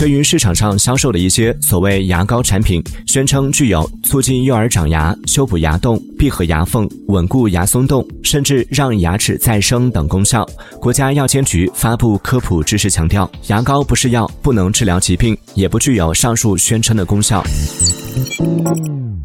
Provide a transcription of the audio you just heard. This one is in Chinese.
对于市场上销售的一些所谓牙膏产品，宣称具有促进幼儿长牙、修补牙洞、闭合牙缝、稳固牙松动，甚至让牙齿再生等功效。国家药监局发布科普知识强调，牙膏不是药，不能治疗疾病，也不具有上述宣称的功效。